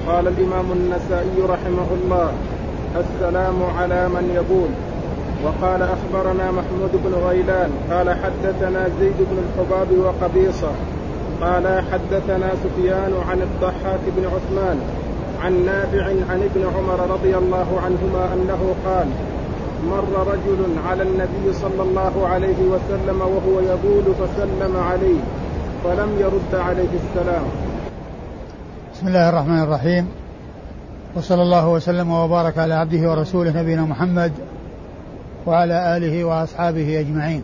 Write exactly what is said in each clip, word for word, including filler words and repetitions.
قال الإمام النسائي رحمه الله: السلام على من يبول. وقال أخبرنا محمود بن غيلان قال حدثنا زيد بن الحباب وقبيصة قال حدثنا سفيان عن الضحاك بن عثمان عن نافع عن ابن عمر رضي الله عنهما أنه قال: مر رجل على النبي صلى الله عليه وسلم وهو يبول فسلم عليه فلم يرد عليه السلام. بسم الله الرحمن الرحيم، وصلى الله وسلم وبارك على عبده ورسوله نبينا محمد وعلى آله وأصحابه أجمعين.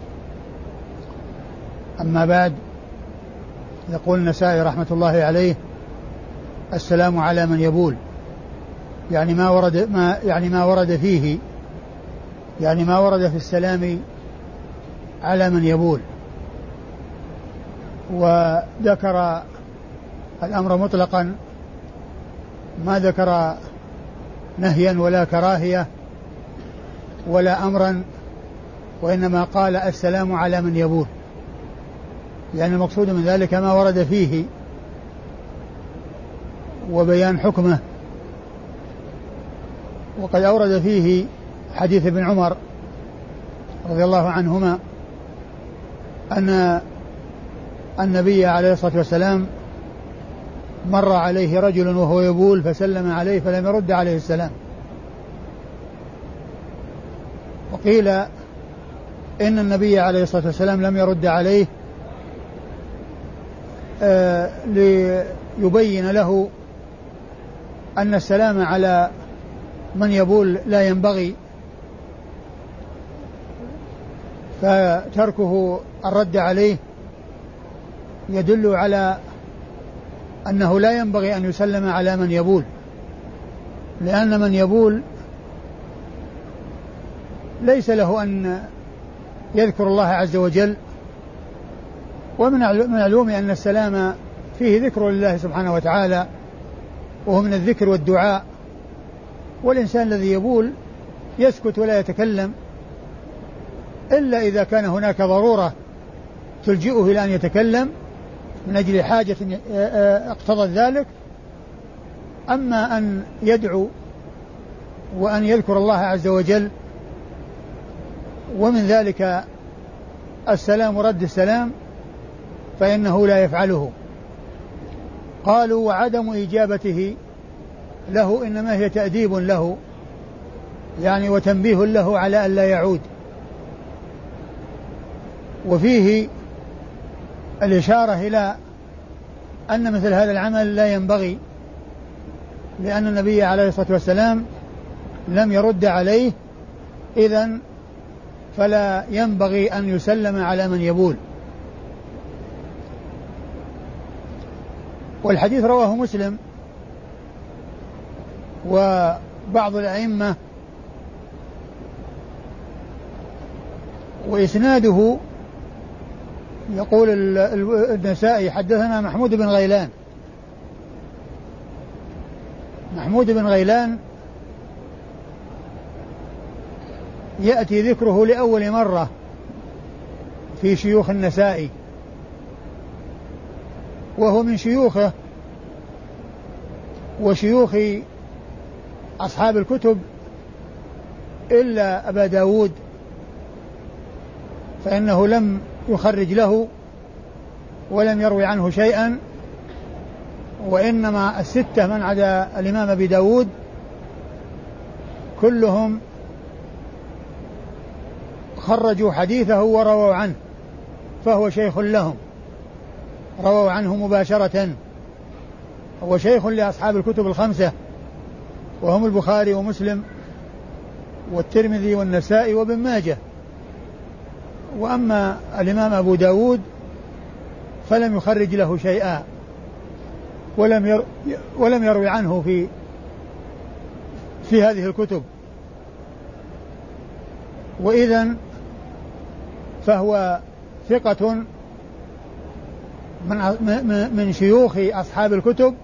أما بعد، يقول النسائي رحمة الله عليه: السلام على من يبول، يعني ما ورد ما يعني ما ورد فيه يعني ما ورد في السلام على من يبول. وذكر الأمر مطلقا، ما ذكر نهيا ولا كراهية ولا أمرا، وإنما قال السلام على من يبول، يعني المقصود من ذلك ما ورد فيه وبيان حكمه. وقد أورد فيه حديث ابن عمر رضي الله عنهما أن النبي عليه الصلاة والسلام مر عليه رجل وهو يبول فسلم عليه فلم يرد عليه السلام. وقيل إن النبي عليه الصلاة والسلام لم يرد عليه آه ليبين له أن السلام على من يبول لا ينبغي، فتركه الرد عليه يدل على أنه لا ينبغي أن يسلم على من يبول، لأن من يبول ليس له أن يذكر الله عز وجل، ومن معلوم أن السلام فيه ذكر لله سبحانه وتعالى، وهو من الذكر والدعاء. والإنسان الذي يبول يسكت ولا يتكلم إلا إذا كان هناك ضرورة تلجئه إلى أن يتكلم من أجل حاجة اقتضت ذلك. أما أن يدعو وأن يذكر الله عز وجل ومن ذلك السلام ورد السلام فإنه لا يفعله. قالوا: وعدم إجابته له إنما هي تأديب له، يعني وتنبيه له على أن لا يعود. وفيه الإشارة إلى أن مثل هذا العمل لا ينبغي، لأن النبي عليه الصلاة والسلام لم يرد عليه، إذن فلا ينبغي أن يسلم على من يبول. والحديث رواه مسلم وبعض الأئمة، وإسناده يقول النسائي: حدثنا محمود بن غيلان. محمود بن غيلان يأتي ذكره لأول مرة في شيوخ النسائي، وهو من شيوخه وشيوخ أصحاب الكتب إلا أبا داود، فإنه لم يخرج له ولم يروي عنه شيئا، وإنما الستة من عدا الإمام أبي داود كلهم خرجوا حديثه ورووا عنه، فهو شيخ لهم، رووا عنه مباشرة. هو شيخ لأصحاب الكتب الخمسة، وهم البخاري ومسلم والترمذي والنسائي وابن ماجه. وأما الإمام أبو داود فلم يخرج له شيئا، ولم ير ولم يروي عنه في في هذه الكتب. وإذن فهو ثقة من من شيوخ أصحاب الكتب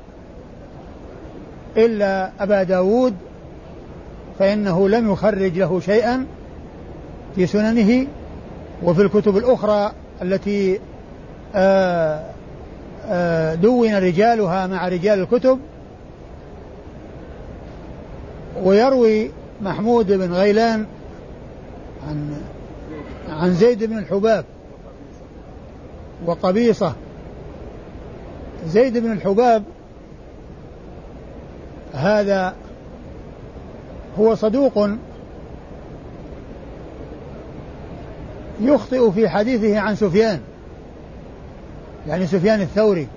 إلا أبا داود، فإنه لم يخرج له شيئا في سننه وفي الكتب الأخرى التي آآ آآ دون رجالها مع رجال الكتب ويروي محمود بن غيلان عن عن زيد بن الحباب وقبيصة. زيد بن الحباب هذا هو صدوق يخطئ في حديثه عن سفيان، يعني سفيان الثوري،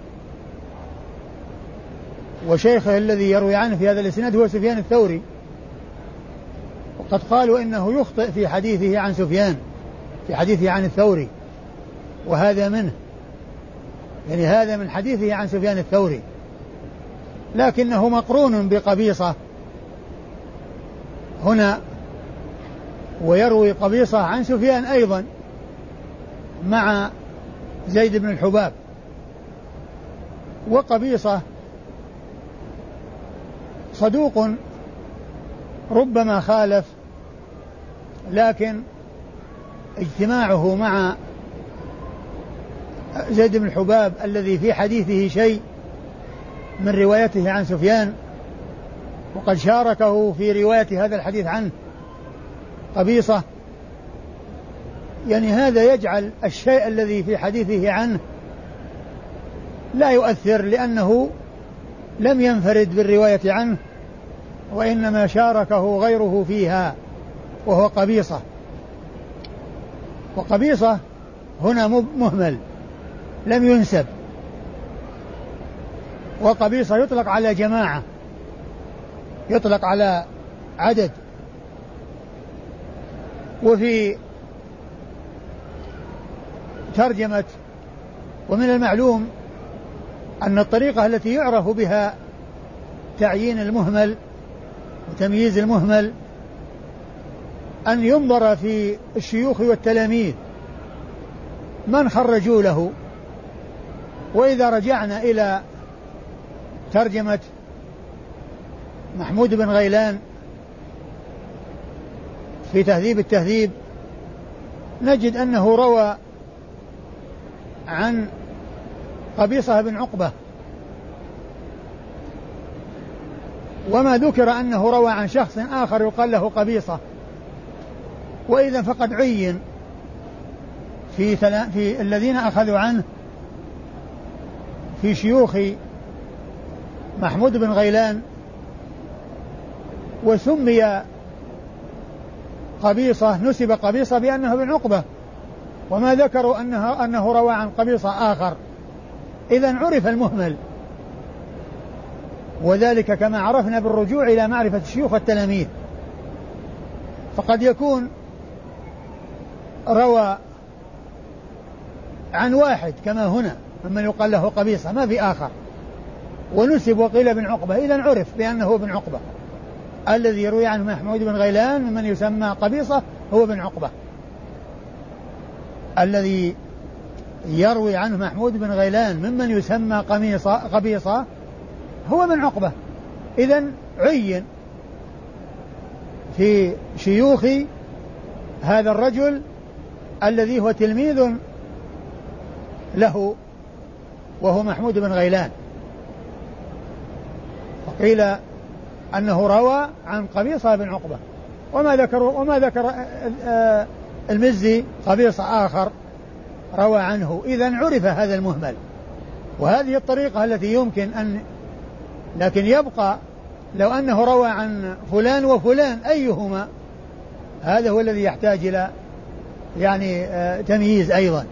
وشيخه الذي يروي عنه في هذا الإسناد هو سفيان الثوري، وقد قالوا إنه يخطئ في حديثه عن سفيان، في حديثه عن الثوري، وهذا منه، يعني هذا من حديثه عن سفيان الثوري، لكنه مقرون بقبيصة هنا، ويروي قبيصة عن سفيان أيضا مع زيد بن الحباب. وقبيصة صدوق ربما خالف، لكن اجتماعه مع زيد بن الحباب الذي في حديثه شيء من روايته عن سفيان، وقد شاركه في رواية هذا الحديث عنه قبيصة، يعني هذا يجعل الشيء الذي في حديثه عنه لا يؤثر، لأنه لم ينفرد بالرواية عنه، وإنما شاركه غيره فيها وهو قبيصة. وقبيصة هنا مهمل لم ينسب، وقبيصة يطلق على جماعة، يطلق على عدد. وفي ترجمة ومن المعلوم أن الطريقة التي يعرف بها تعيين المهمل وتمييز المهمل أن ينظر في الشيوخ والتلاميذ من خرجوا له. وإذا رجعنا إلى ترجمة محمود بن غيلان في تهذيب التهذيب نجد أنه روى عن قبيصة بن عقبة، وما ذكر أنه روى عن شخص آخر يقال له قبيصة. وإذا فقد عين في, في الذين أخذوا عنه في شيوخ محمود بن غيلان وسمي قبيصة، نسب قبيصة بأنه بن عقبة، وما ذكروا أنه, أنه روى عن قبيصة آخر، إذن عرف المهمل. وذلك كما عرفنا بالرجوع إلى معرفة الشيوخ والتلاميذ، فقد يكون روى عن واحد كما هنا ممن يقال له قبيصة ما في آخر، ونسب وقيل بن عقبة، إذن عرف بأنه بن عقبة. الذي يروي عنه محمود بن غيلان ممن يسمى قبيصة هو بن عقبة، الذي يروي عنه محمود بن غيلان ممن يسمى قميصة قبيصة هو بن عقبة. إذن عين في شيوخ هذا الرجل الذي هو تلميذ له وهو محمود بن غيلان، فقيل أنه روى عن قبيصة بن عقبة، وما ذكر وما ذكر المزي قبيصة آخر روى عنه. إذن عرف هذا المهمل، وهذه الطريقة التي يمكن أن، لكن يبقى لو أنه روى عن فلان وفلان أيهما، هذا هو الذي يحتاج إلى يعني تمييز أيضا،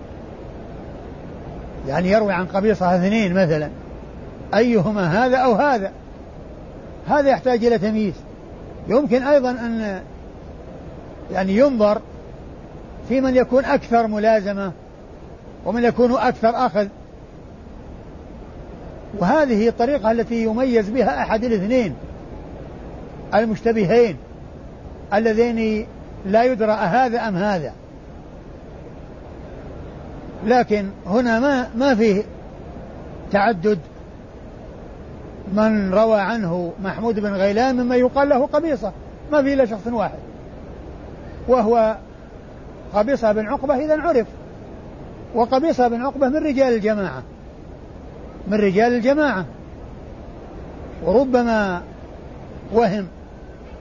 يعني يروي عن قبيصة اثنين مثلا، أيهما هذا أو هذا، هذا يحتاج إلى تمييز. يمكن أيضا أن يعني ينظر في من يكون أكثر ملازمة ومن يكون أكثر أخذ، وهذه الطريقة التي يميز بها أحد الاثنين المشتبهين اللذين لا يدرى هذا أم هذا. لكن هنا ما ما فيه تعدد من روى عنه محمود بن غيلان مما يقال له قبيصة، ما فيه إلا شخص واحد وهو قبيصة بن عقبة. إذن عرف، وقبيصة بن عقبة من رجال الجماعة، من رجال الجماعة، وربما وهم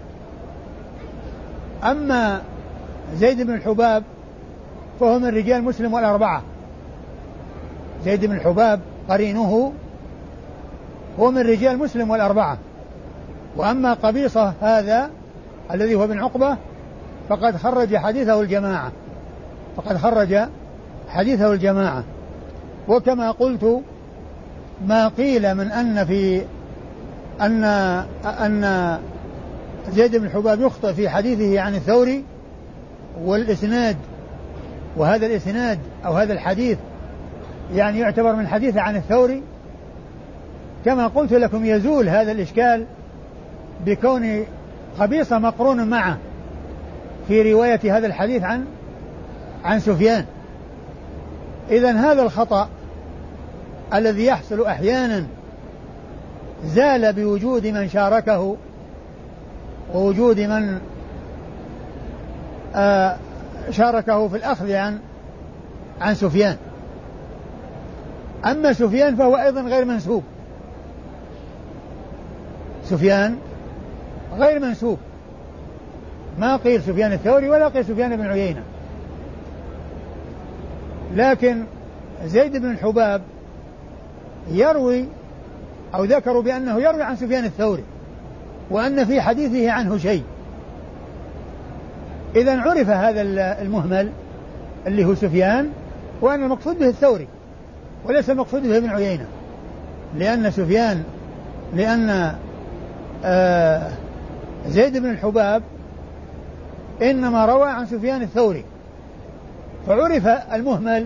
أما زيد بن الحباب فهو من رجال مسلم والأربعة. زيد بن الحباب قرينه هو من رجال مسلم والأربعة. وأما قبيصة هذا الذي هو بن عقبة فقد خرج حديثه الجماعة فقد خرج حديثه الجماعة. وكما قلت ما قيل من أن في أن أن زيد بن الحباب يخطئ في حديثه عن الثوري والإسناد، وهذا الإسناد أو هذا الحديث يعني يعتبر من حديث عن الثوري، كما قلت لكم يزول هذا الإشكال بكون قبيصة مقرون معه في رواية هذا الحديث عن عن سفيان. إذن هذا الخطأ الذي يحصل أحيانا زال بوجود من شاركه ووجود من آه شاركه في الأخذ عن عن سفيان. أما سفيان فهو أيضا غير منسوب، سفيان غير منسوب، ما قيل سفيان الثوري ولا قيل سفيان بن عيينة. لكن زيد بن الحباب يروي أو ذكروا بأنه يروي عن سفيان الثوري وأن في حديثه عنه شيء. إذن عرف هذا المهمل اللي هو سفيان وأن المقصود به الثوري وليس المقصود به ابن عيينة، لأن سفيان لأن آه زيد بن الحباب إنما روى عن سفيان الثوري، فعرف المهمل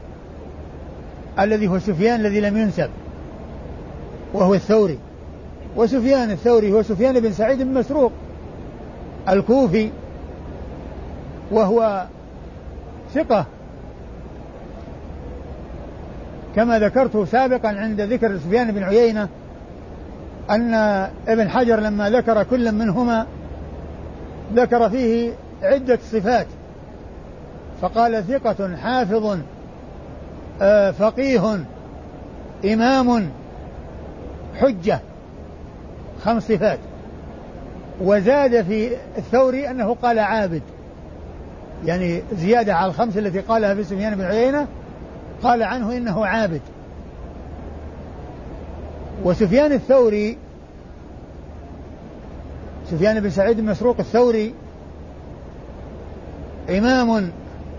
الذي هو سفيان الذي لم ينسب وهو الثوري. وسفيان الثوري هو سفيان بن سعيد بن مسروق الكوفي، وهو ثقة كما ذكرت سابقا عند ذكر سفيان بن عيينة أن ابن حجر لما ذكر كل منهما ذكر فيه عدة صفات، فقال ثقة حافظ فقيه إمام حجة، خمس صفات. وزاد في الثوري أنه قال عابد، يعني زيادة على الخمس التي قالها في سفيان بن عيينة قال عنه إنه عابد. وسفيان الثوري سفيان بن سعيد بن مسروق الثوري إمام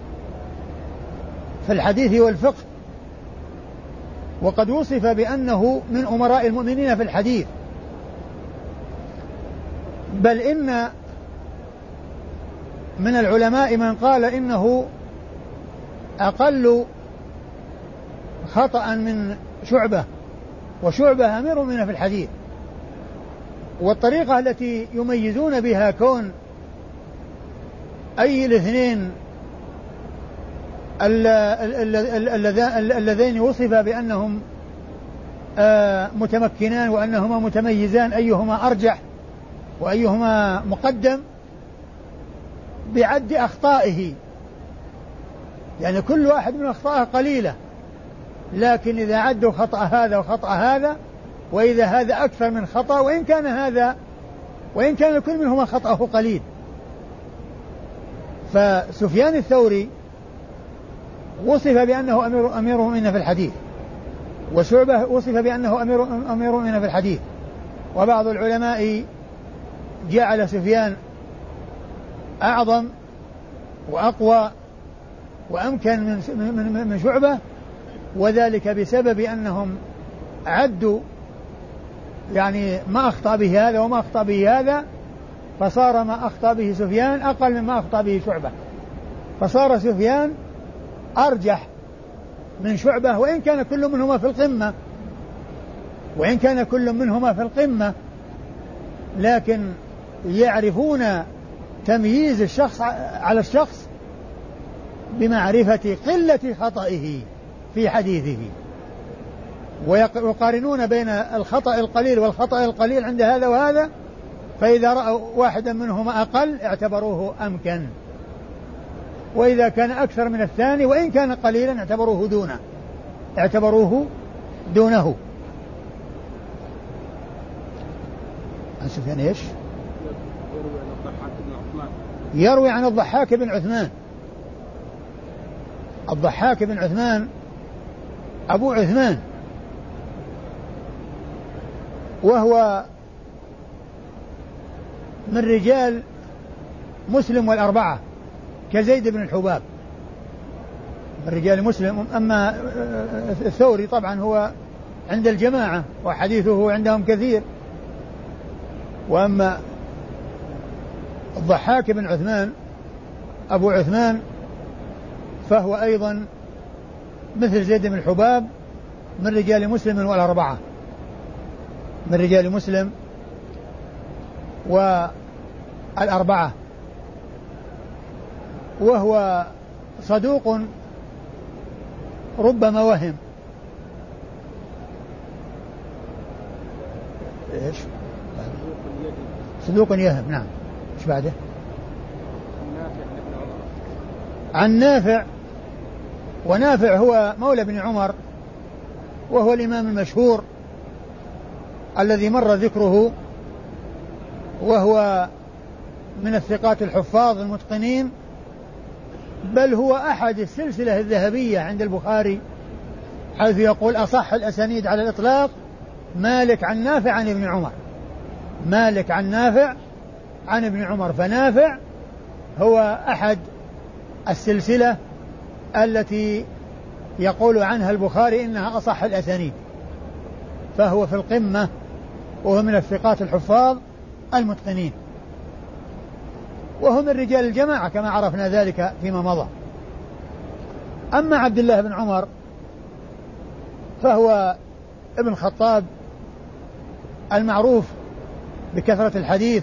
في الحديث والفقه، وقد وصف بأنه من أمراء المؤمنين في الحديث، بل إن من العلماء من قال إنه أقل خطأ من شعبة، وشعبة أمير المؤمنين في الحديث. والطريقة التي يميزون بها كون أي الاثنين اللذين وصف بأنهم متمكنان وأنهما متميزان أيهما أرجح وأيهما مقدم بعد أخطائه، يعني كل واحد من أخطائه قليلة، لكن إذا عدوا خطأ هذا وخطأ هذا، وإذا هذا أكثر من خطأ وإن كان هذا وإن كان كل منهما خطأه قليل. فسفيان الثوري وصف بأنه أمير أمير المؤمنين في الحديث، وشعبة وصف بأنه أمير أمير المؤمنين في الحديث. وبعض العلماء جعل سفيان أعظم وأقوى وأمكن من من من شعبة، وذلك بسبب أنهم عدوا يعني ما أخطأ به هذا وما أخطأ به هذا، فصار ما أخطأ به سفيان أقل مما أخطأ به شعبة، فصار سفيان أرجح من شعبة وإن كان كل منهما في القمة وإن كان كل منهما في القمة لكن يعرفون تمييز الشخص على الشخص بمعرفة قلة خطئه في حديثه، ويقارنون بين الخطأ القليل والخطأ القليل عند هذا وهذا، فإذا رأوا واحدا منهما أقل اعتبروه أمكن، وإذا كان أكثر من الثاني وإن كان قليلا اعتبروه دونه اعتبروه دونه. عن سفيان إيش؟ يروي عن الضحاك بن عثمان يروي عن الضحاك بن عثمان. الضحاك بن عثمان أبو عثمان، وهو من رجال مسلم والأربعة كزيد بن الحباب من رجال مسلم. أما الثوري طبعا هو عند الجماعة وحديثه عندهم كثير. وأما الضحاك بن عثمان أبو عثمان فهو أيضا مثل زيد بن الحباب من رجال مسلم والأربعة من رجال مسلم والأربعة، وهو صدوق ربما وهم. إيش؟ صدوق يهم. نعم. إيش بعده؟ عن نافع، ونافع هو مولى بن عمر، وهو الإمام المشهور الذي مر ذكره، وهو من الثقات الحفاظ المتقنين، بل هو أحد السلسلة الذهبية عند البخاري، حيث يقول أصح الأسانيد على الإطلاق مالك عن نافع عن ابن عمر، مالك عن نافع عن ابن عمر. فنافع هو أحد السلسلة التي يقول عنها البخاري إنها أصح الأسانيد، فهو في القمة، وهو من الثقات الحفاظ المتقنين، وهم من رجال الجماعة كما عرفنا ذلك فيما مضى. أما عبد الله بن عمر فهو ابن الخطاب المعروف بكثرة الحديث،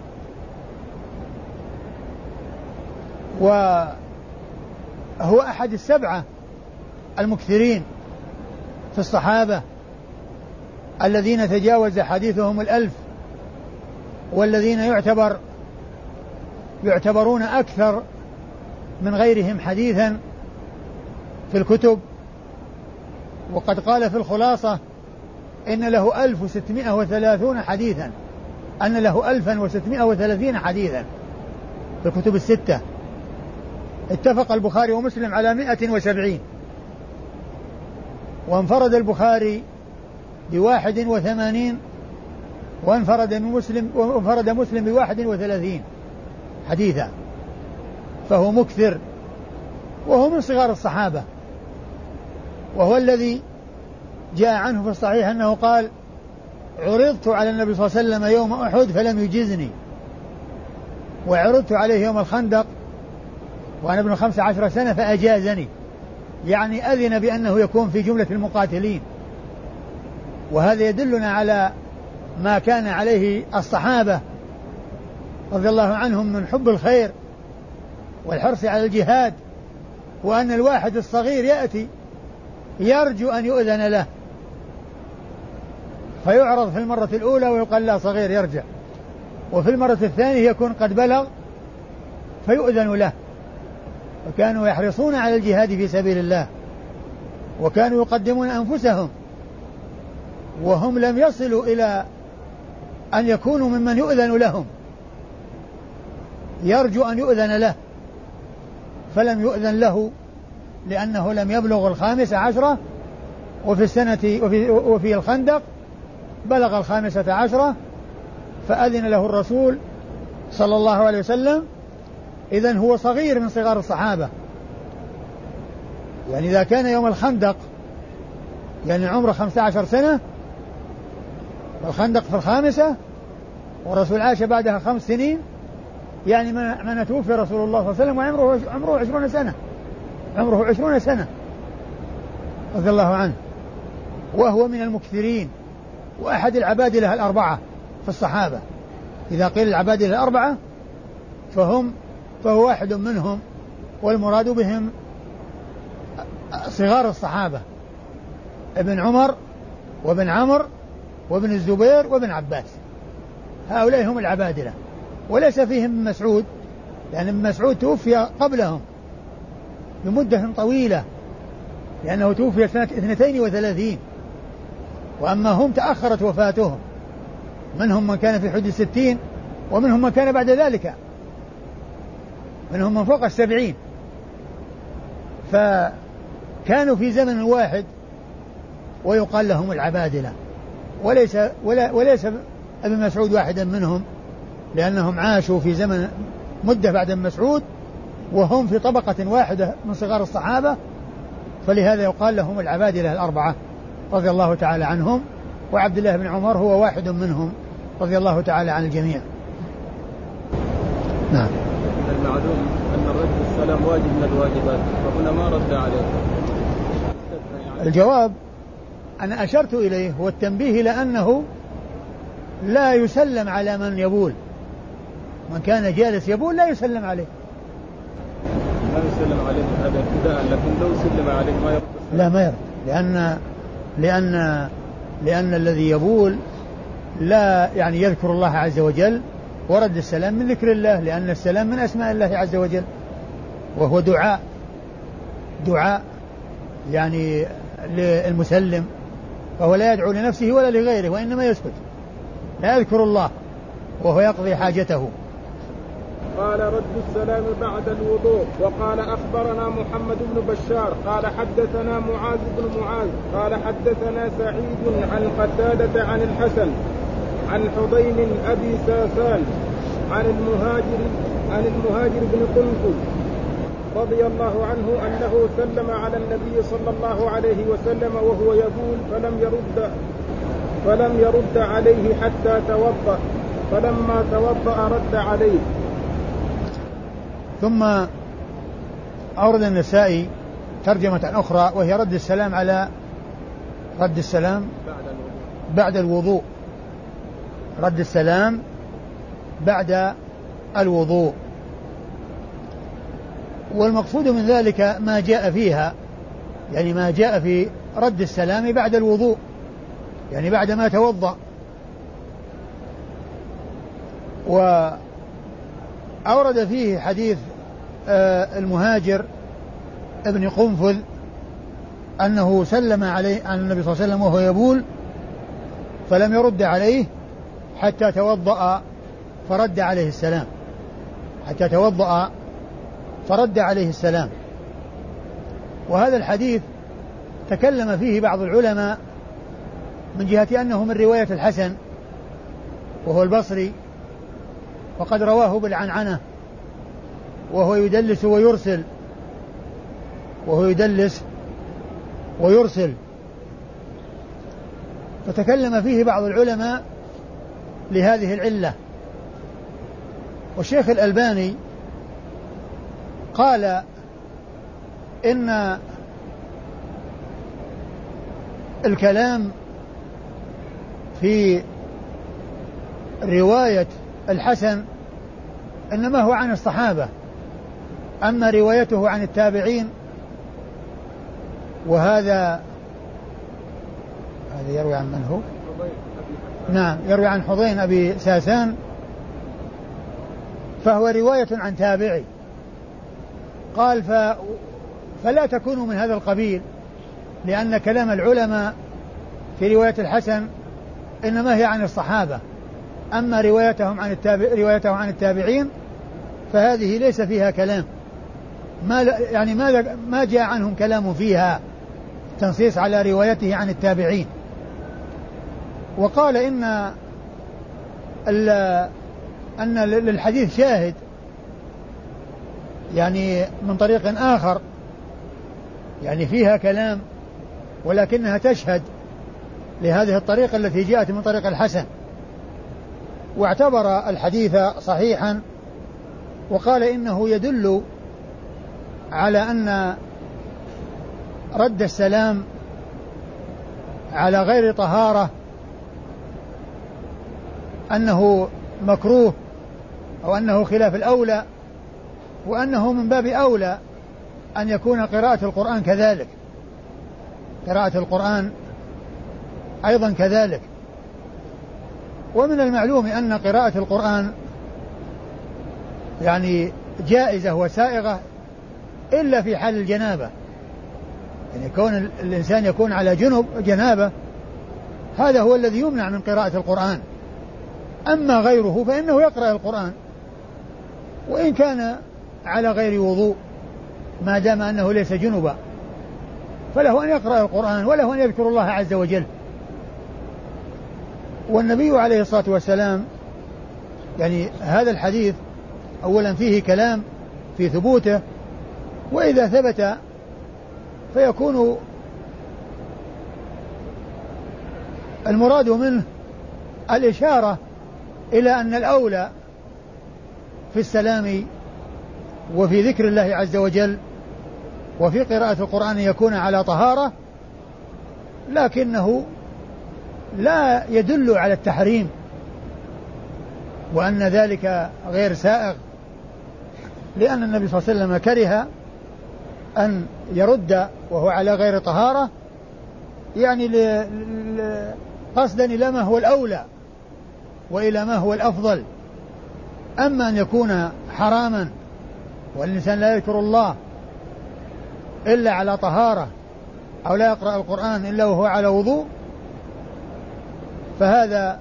وهو أحد السبعة المكثرين في الصحابة الذين تجاوز حديثهم الألف، والذين يعتبر يعتبرون أكثر من غيرهم حديثا في الكتب. وقد قال في الخلاصة إن له ألف وستمائة وثلاثون حديثا، أن له ألفا وستمائة وثلاثين حديثا في الكتب الستة. اتفق البخاري ومسلم على مائة وسبعين، وانفرد البخاري بواحد وثمانين، وانفرد مسلم وانفرد مسلم بواحد وثلاثين حديثا، فهو مكثر، وهو من صغار الصحابة، وهو الذي جاء عنه في الصحيح أنه قال: عرضت على النبي صلى الله عليه وسلم يوم أحد فلم يجزني، وعرضت عليه يوم الخندق وأنا ابن خمس عشر سنة فأجازني، يعني أذن بأنه يكون في جملة المقاتلين. وهذا يدلنا على ما كان عليه الصحابة رضي الله عنهم من حب الخير والحرص على الجهاد، وأن الواحد الصغير يأتي يرجو أن يؤذن له فيعرض في المرة الأولى ويقال لا صغير يرجع، وفي المرة الثانية يكون قد بلغ فيؤذن له. وكانوا يحرصون على الجهاد في سبيل الله، وكانوا يقدمون أنفسهم، وهم لم يصلوا إلى أن يكونوا ممن يؤذن لهم، يرجو أن يؤذن له فلم يؤذن له لأنه لم يبلغ الخامسة عشرة، وفي السنة وفي, وفي الخندق بلغ الخامسة عشرة فأذن له الرسول صلى الله عليه وسلم. إذن هو صغير من صغار الصحابة، يعني إذا كان يوم الخندق يعني عمره خمسة عشر سنة، والخندق في الخامسة، والرسول عاش بعدها خمس سنين، يعني من توفي رسول الله صلى الله عليه وسلم وعمره عمره عشرون سنة عمره عشرون سنة رضي الله عنه، وهو من المكثرين وأحد العبادلة الأربعة في الصحابة. إذا قيل العبادلة الأربعة فهم فهو واحد منهم، والمراد بهم صغار الصحابة: ابن عمر وابن عمر وابن الزبير وابن عباس، هؤلاء هم العبادلة. وليس فيهم ابن مسعود، لأن ابن مسعود توفي قبلهم بمدة طويلة، لأنه توفي سنة اثنتين وثلاثين، وأما هم تأخرت وفاتهم، منهم من كان في حدود الستين ومنهم من كان بعد ذلك، منهم من فوق السبعين، فكانوا في زمن واحد ويقال لهم العبادلة، وليس ولا وليس ابن مسعود واحدا منهم، لأنهم عاشوا في زمن مدة بعد ابن مسعود وهم في طبقة واحدة من صغار الصحابة، فلهذا يقال لهم العبادلة الأربعة رضي الله تعالى عنهم، وعبد الله بن عمر هو واحد منهم رضي الله تعالى عن الجميع. نعم. المعلوم أن الرد السلام واجب من الواجبات، فهنا ما رد عليه. الجواب أنا أشرت إليه هو التنبيه إلى أنه لا يسلم على من يبول، من كان جالس يبول لا يسلم عليه، لا يسلم عليه هذا ابتداء، لكن لو سلم عليه ما يرد. لا ما يرد، لأن لأن لأن الذي يبول لا يعني يذكر الله عز وجل، ورد السلام من ذكر الله، لأن السلام من أسماء الله عز وجل، وهو دعاء دعاء يعني للمسلم، فهو لا يدعو لنفسه ولا لغيره، وإنما يسكت لا يذكر الله وهو يقضي حاجته. قال رد السلام بعد الوضوء. وقال أخبرنا محمد بن بشار قال حدثنا معاذ بن معاذ قال حدثنا سعيد عن قتادة عن الحسن عن حضين أبي ساسان عن المهاجر عن المهاجر بن قنفذ رضي الله عنه أنه سلم على النبي صلى الله عليه وسلم وهو يبول فلم يرد فلم يرد عليه حتى توضأ، فلما توضأ رد عليه. ثم أورد النسائي ترجمة أخرى وهي رد السلام على رد السلام بعد الوضوء، رد السلام بعد الوضوء، والمقصود من ذلك ما جاء فيها، يعني ما جاء في رد السلام بعد الوضوء، يعني بعد ما توضأ. وأورد فيه حديث المهاجر ابن قنفذ أنه سلم عليه عن النبي صلى الله عليه وسلم وهو يبول فلم يرد عليه حتى توضأ فرد عليه السلام، حتى توضأ فرد عليه السلام. وهذا الحديث تكلم فيه بعض العلماء من جهة أنه من رواية الحسن وهو البصري، وقد رواه بالعنعنة وهو يدلس ويرسل وهو يدلس ويرسل فتكلم فيه بعض العلماء لهذه العلة. والشيخ الألباني قال إن الكلام في رواية الحسن إنما هو عن الصحابة، أما روايته عن التابعين وهذا هذا يروي عن من هو؟ نعم يروي عن حضين أبي ساسان، فهو رواية عن تابعي. قال ف... فلا تكونوا من هذا القبيل، لأن كلام العلماء في رواية الحسن إنما هي عن الصحابة، أما روايتهم عن التابع... روايتهم عن التابعين فهذه ليس فيها كلام، ما ل... يعني ما, ما جاء عنهم كلام فيها تنصيص على روايته عن التابعين. وقال إن ال... أن للحديث شاهد يعني من طريق آخر، يعني فيها كلام ولكنها تشهد لهذه الطريقة التي جاءت من طريق الحسن، واعتبر الحديث صحيحا، وقال إنه يدل على أن رد السلام على غير طهارة أنه مكروه أو أنه خلاف الأولى، وأنه من باب أولى أن يكون قراءة القرآن كذلك، قراءة القرآن أيضا كذلك. ومن المعلوم أن قراءة القرآن يعني جائزة وسائغة إلا في حال الجنابة، يعني كون الإنسان يكون على جنب جنابة هذا هو الذي يمنع من قراءة القرآن، أما غيره فإنه يقرأ القرآن وإن كان على غير وضوء ما دام أنه ليس جنبا، فله أن يقرأ القرآن وله أن يذكر الله عز وجل. والنبي عليه الصلاة والسلام يعني هذا الحديث أولا فيه كلام في ثبوته، وإذا ثبت فيكون المراد منه الإشارة إلى أن الأولى في السلام وفي ذكر الله عز وجل وفي قراءة القرآن يكون على طهارة، لكنه لا يدل على التحريم وأن ذلك غير سائغ، لأن النبي صلى الله عليه وسلم كره أن يرد وهو على غير طهارة، يعني قصدا إلى ما هو الأولى وإلى ما هو الأفضل. أما أن يكون حراما والإنسان لا يذكر الله إلا على طهارة أو لا يقرأ القرآن إلا وهو على وضوء، فهذا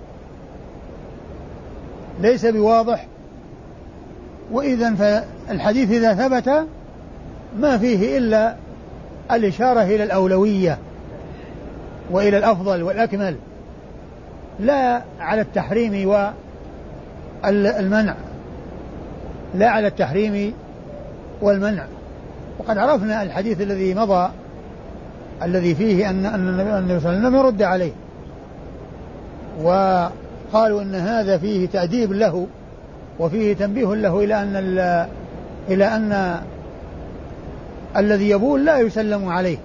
ليس بواضح. وإذن فالحديث إذا ثبت ما فيه إلا الإشارة إلى الأولوية وإلى الأفضل والأكمل، لا على التحريم والمنع، لا على التحريم والمنع. وقد عرفنا الحديث الذي مضى الذي فيه أن النبي صلى الله عليه وسلم لم يرد عليه، وقالوا أن هذا فيه تأديب له وفيه تنبيه له إلى أن إلى أن الذي يبول لا يسلم عليه،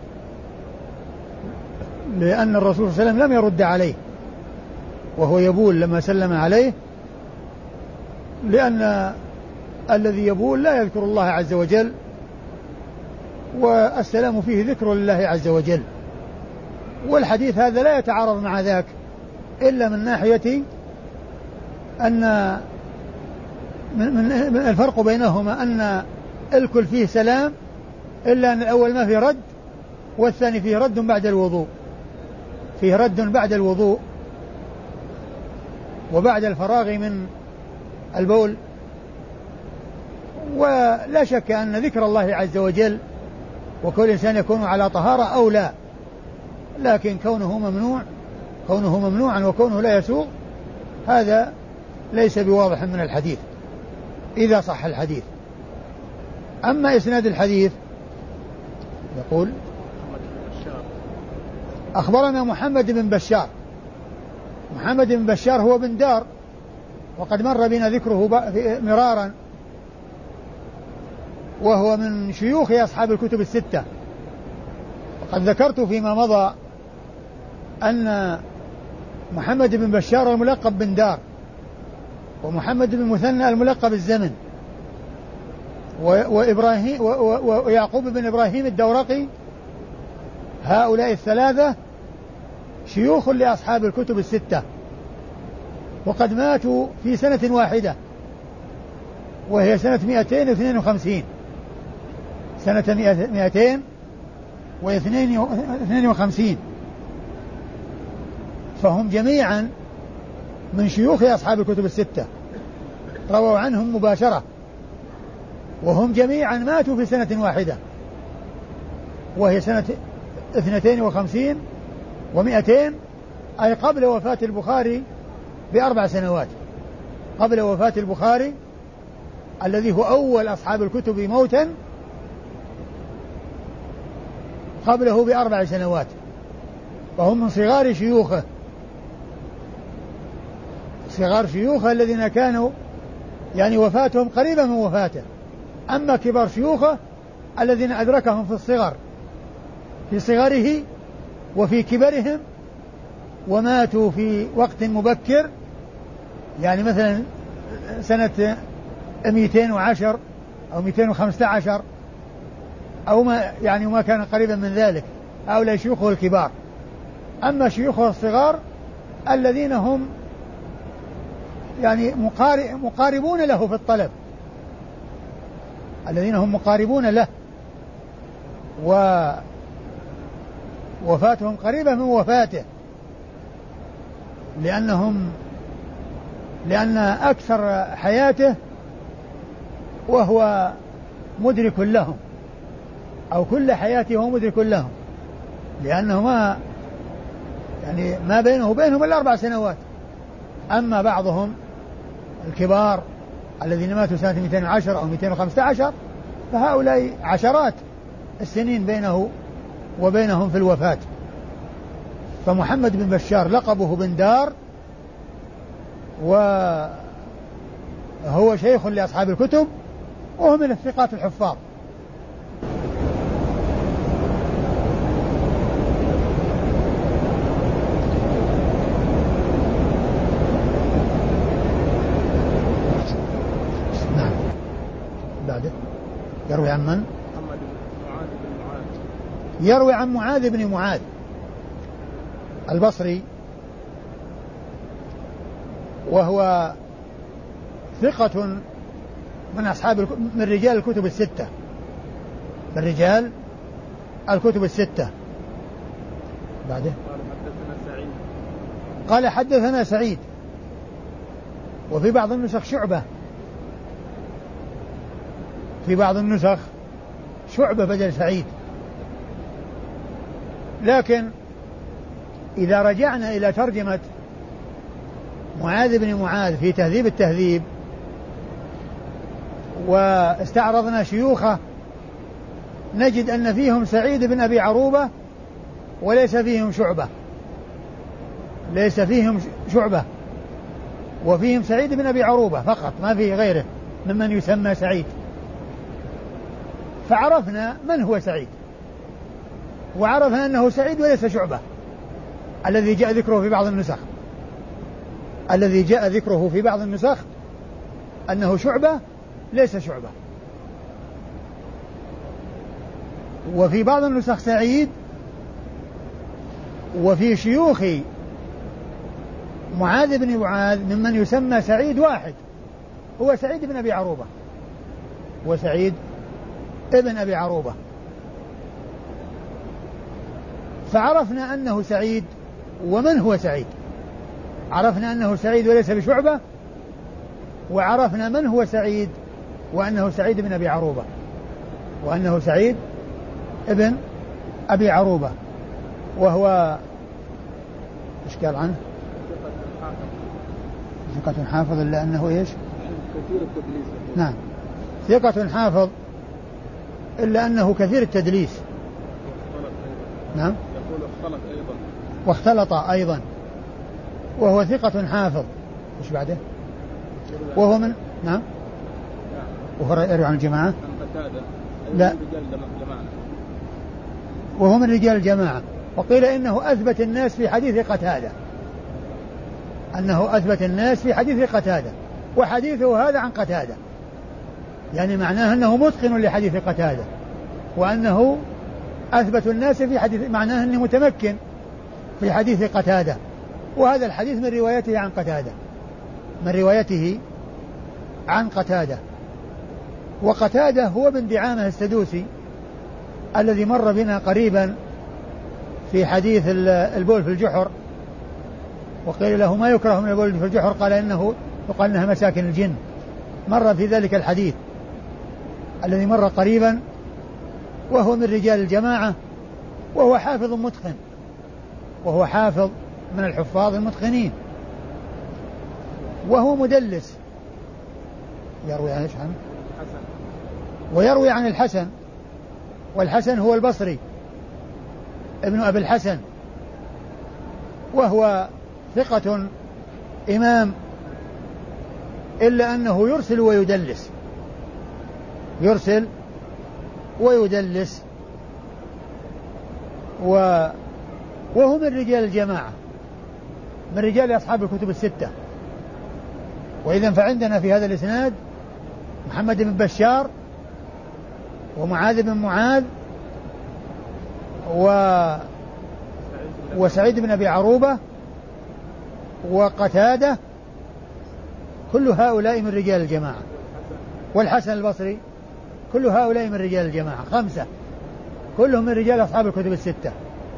لأن الرسول صلى الله عليه وسلم لم يرد عليه وهو يبول لما سلم عليه، لأن الذي يبول لا يذكر الله عز وجل، والسلام فيه ذكر لله عز وجل. والحديث هذا لا يتعارض مع ذاك إلا من ناحية أن من الفرق بينهما أن الكل فيه سلام، إلا أن الأول ما فيه رد والثاني فيه رد بعد الوضوء، فيه رد بعد الوضوء وبعد الفراغ من البول. ولا شك أن ذكر الله عز وجل وكل إنسان يكون على طهارة أو لا، لكن كونه ممنوع كونه ممنوعا وكونه لا يسوغ هذا ليس بواضح من الحديث إذا صح الحديث. أما إسناد الحديث يقول أخبرنا محمد بن بشار. محمد بن بشار هو بن دار، وقد مر بنا ذكره مرارا، وهو من شيوخ أصحاب الكتب الستة. وقد ذكرت فيما مضى أن محمد بن بشار الملقب بن دار، ومحمد بن مثنى الملقب الزمن، وإبراهيم ويعقوب بن إبراهيم الدورقي، هؤلاء الثلاثة شيوخ لأصحاب الكتب الستة، وقد ماتوا في سنة واحدة وهي سنة مئتين واثنين وخمسين سنة مئتين واثنين وخمسين فهم جميعا من شيوخ أصحاب الكتب الستة، رووا عنهم مباشرة، وهم جميعا ماتوا في سنة واحدة وهي سنة اثنتين وخمسين ومئتين، أي قبل وفاة البخاري بأربع سنوات، قبل وفاة البخاري الذي هو أول أصحاب الكتب موتا، قبله بأربع سنوات، وهم من صغار شيوخه صغار شيوخه الذين كانوا يعني وفاتهم قريبة من وفاته. أما كبار شيوخه الذين أدركهم في الصغر في صغره وفي كبرهم وماتوا في وقت مبكر، يعني مثلا سنة مئتين وعشر أو مئتين وخمسة عشر أو ما يعني ما كان قريبا من ذلك، هؤلاء شيوخه الكبار. أما شيوخه الصغار الذين هم يعني مقاربون له في الطلب، الذين هم مقاربون له ووفاتهم قريبة من وفاته، لأنهم لأن أكثر حياته وهو مدرك لهم، أو كل حياته هو مدرك لهم، لأنه ما يعني ما بينه وبينهم إلا أربع سنوات. أما بعضهم الكبار الذين ماتوا سنة مئتين وعشرة أو مئتين وخمسة عشر فهؤلاء عشرات السنين بينه وبينهم في الوفاة. فمحمد بن بشار لقبه بن دار، وهو شيخ لأصحاب الكتب، وهو من الثقات الحفاظ. نعم. بعده يروي عن من؟ يروي عن معاذ بن معاذ البصري، وهو ثقة من أصحاب من رجال الكتب الستة، من رجال الكتب الستة. بعده قال حدثنا سعيد، وفي بعض النسخ شعبة، في بعض النسخ شعبة بدل سعيد. لكن إذا رجعنا إلى ترجمة معاذ بن معاذ في تهذيب التهذيب واستعرضنا شيوخه، نجد أن فيهم سعيد بن أبي عروبة وليس فيهم شعبة، ليس فيهم شعبة، وفيهم سعيد بن أبي عروبة فقط، ما فيه غيره ممن يسمى سعيد. فعرفنا من هو سعيد، وعرفنا أنه سعيد وليس شعبة الذي جاء ذكره في بعض النسخ، الذي جاء ذكره في بعض النسخ أنه شعبة ليس شعبة. وفي بعض النسخ سعيد، وفي شيوخ معاذ بن معاذ ممن يسمى سعيد واحد، هو سعيد بن أبي عروبة، وسعيد ابن أبي عروبة. فعرفنا أنه سعيد. ومن هو سعيد؟ عرفنا أنه سعيد وليس بشعبة، وعرفنا من هو سعيد وأنه سعيد بن أبي عروبة، وأنه سعيد ابن أبي عروبة، وهو إيش قال عنه؟ ثقة حافظ، إلا أنه إيش؟ كثير التدليس. نعم، ثقة حافظ إلا أنه كثير التدليس. نعم، يقول اختلط أيضا، واختلط أيضا، وهو ثقة حافظ. إيش بعده؟ وهو من نعم، وهو يروي عن الجماعة. لا، وهو من رجال الجماعة. وقيل إنه أثبت الناس في حديث قتادة، أنه أثبت الناس في حديث قتادة، وحديثه هذا عن قتادة، يعني معناه أنه متقن لحديث قتادة، وأنه أثبت الناس في حديث، معناه أنه متمكن في حديث قتادة. وهذا الحديث من روايته عن قتادة، من روايته عن قتادة. وقتادة هو بن دعامة السدوسي الذي مر بنا قريبا في حديث البول في الجحر، وقيل له ما يكره من البول في الجحر، قال إنه يقال إنها مساكن الجن. مر في ذلك الحديث الذي مر قريبا، وهو من رجال الجماعة، وهو حافظ متقن، وهو حافظ من الحفاظ المتقنين، وهو مدلس. يروي عن عنه ويروي عن الحسن، والحسن هو البصري ابن أبي الحسن، وهو ثقة إمام، إلا أنه يرسل ويدلس، يرسل ويدلس، و وهو من رجال الجماعة، من رجال أصحاب الكتب الستة. وإذن فعندنا في هذا الإسناد محمد بن بشار، ومعاذ بن معاذ، و... وسعيد بن أبي عروبة، وقتادة، كل هؤلاء من رجال الجماعة، والحسن البصري، كل هؤلاء من رجال الجماعة، خمسة كلهم من رجال أصحاب الكتب الستة،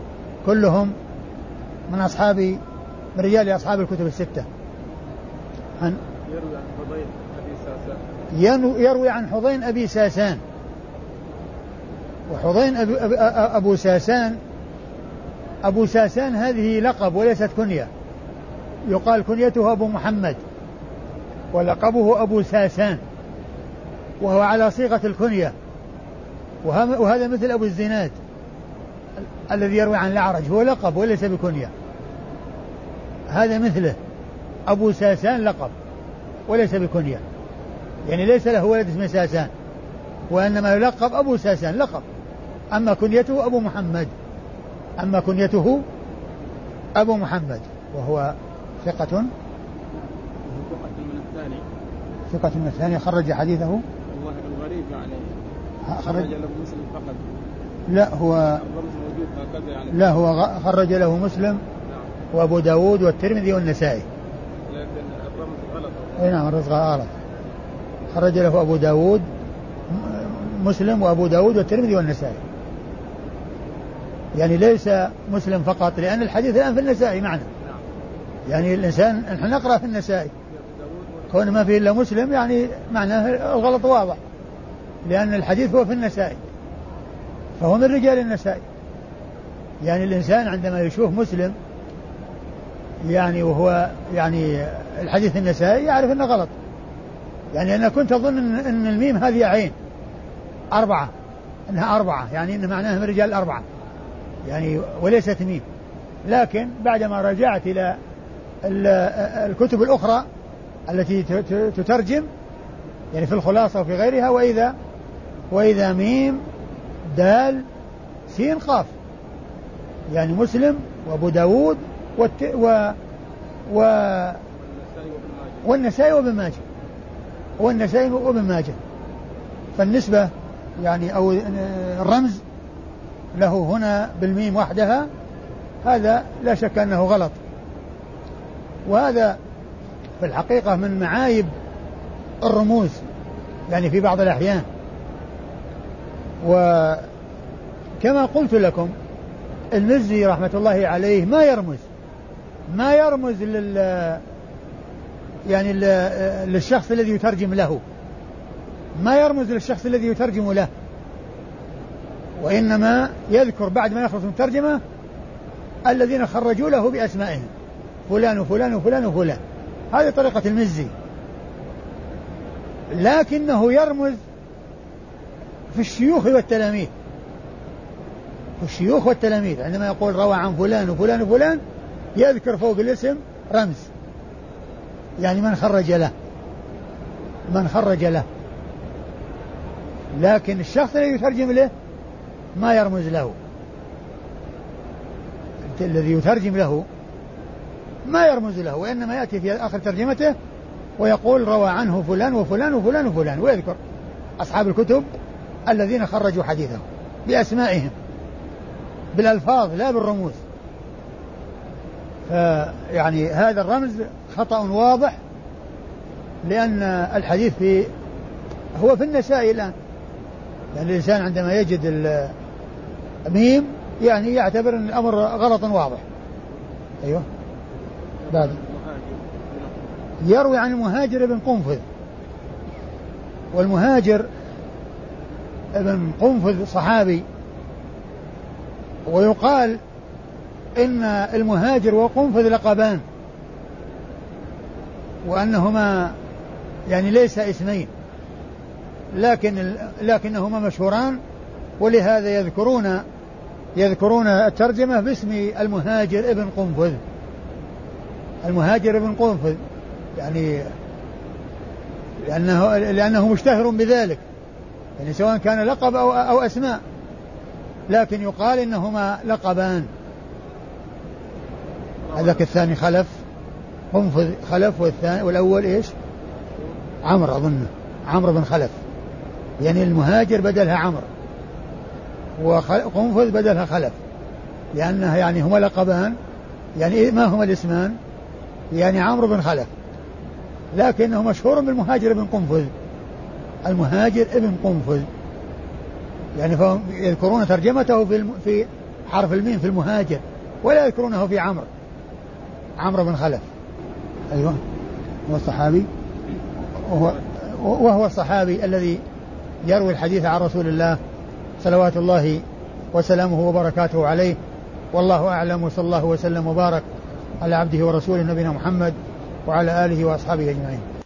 كلهم من أصحاب من رجال أصحاب الكتب الستة. عن يروي عن حضين أبي ساسان يروي عن حضين أبي ساسان. وحضين أبو, أبو ساسان أبو ساسان هذه لقب وليست كنية، يقال كنيته أبو محمد ولقبه أبو ساسان، وهو على صيغة الكنية، وهذا مثل أبو الزناد الذي يروي عن الأعرج، هو لقب وليس بكنية. هذا مثله أبو ساسان لقب وليس بكنية، يعني ليس له ولد اسمه ساسان، وإنما يلقب أبو ساسان لقب، أما كنيته أبو محمد أما كنيته أبو محمد وهو ثقة ثقة من الثاني ثقة من الثاني خرج حديثه. والله الغريب يعني خرج له مسلم فقط. لا هو الرمز موجود هكذا يعني. لا هو خرج له مسلم وأبو داود والترمذي والنسائي. لكن الرمز غلط. اي نعم الرمز غلط. خرج له أبو داود مسلم وأبو داود والترمذي والنسائي، يعني ليس مسلم فقط، لأن الحديث الآن في النسائي معنا. يعني الإنسان نحن نقرأ في النسائي، كون ما فيه إلا مسلم يعني معناه الغلط واضح، لأن الحديث هو في النسائي فهو من رجال النسائي. يعني الإنسان عندما يشوف مسلم يعني وهو يعني الحديث النسائي يعرف أنه غلط. يعني أنا كنت أظن أن الميم هذه عين أربعة، أنها أربعة، يعني أن معناها من رجال الأربعة يعني وليست ميم، لكن بعدما رجعت إلى الكتب الأخرى التي تترجم يعني في الخلاصة وفي غيرها، وإذا وإذا ميم دال سين قاف، يعني مسلم وأبو داود والت... و... و... والنسائي وابن ماجه والنسائي وابن ماجه. فالنسبة يعني أو الرمز له هنا بالميم وحدها هذا لا شك أنه غلط، وهذا في الحقيقة من معايب الرموز يعني في بعض الأحيان. وكما قلت لكم المزي رحمة الله عليه ما يرمز ما يرمز لل يعني للشخص الذي يترجم له، ما يرمز للشخص الذي يترجم له، وإنما يذكر بعد ما يخلص من الترجمة الذين خرجوا له بأسمائهم، فلان وفلان وفلان وفلان. هذه طريقة المزي، لكنه يرمز في الشيوخ والتلاميذ في الشيوخ والتلاميذ عندما يقول روى عن فلان وفلان وفلان يذكر فوق الاسم رمز، يعني من خرج له من خرج له لكن الشخص الذي يترجم له ما يرمز له. الذي يترجم له ما يرمز له، وإنما يأتي في آخر ترجمته ويقول روى عنه فلان وفلان وفلان وفلان، ويذكر أصحاب الكتب الذين خرجوا حديثه بأسمائهم بالألفاظ لا بالرموز. يعني هذا الرمز خطأ واضح، لأن الحديث في هو في النسائي الآن، لأن الإنسان عندما يجد الميم يعني يعتبر أن الأمر غلط واضح. أيوه بعد يروي عن المهاجر ابن قنفذ، والمهاجر ابن قنفذ صحابي، ويقال إن المهاجر وقنفذ لقبان، وأنهما يعني ليس اسمين لكن لكنهما مشهوران، ولهذا يذكرون يذكرون الترجمة باسم المهاجر ابن قنفذ. المهاجر ابن قنفذ يعني لأنه, لأنه مشتهر بذلك، يعني سواء كان لقب أو, أو أسماء، لكن يقال إنهما لقبان. هذاك الثاني خلف قنفذ خلف، والثاني والأول إيش عمرو، أظن عمرو بن خلف، يعني المهاجر بدلها عمرو وقنفذ بدلها خلف، لأنها يعني هما لقبان. يعني ما هما الاسمان؟ يعني عمرو بن خلف، لكنه مشهور بالمهاجر ابن قنفذ، المهاجر ابن قنفذ، يعني فهم يذكرون ترجمته في, الم... في حرف الميم في المهاجر، ولا يذكرونه في عمرو عمرو بن خلف. أيوة هو الصحابي وهو, وهو الصحابي الذي يروي الحديث عن رسول الله صلوات الله وسلامه وبركاته عليه. والله أعلم، وصلى الله وسلم وبارك على عبده ورسوله نبينا محمد وعلى آله وأصحابه أجمعين.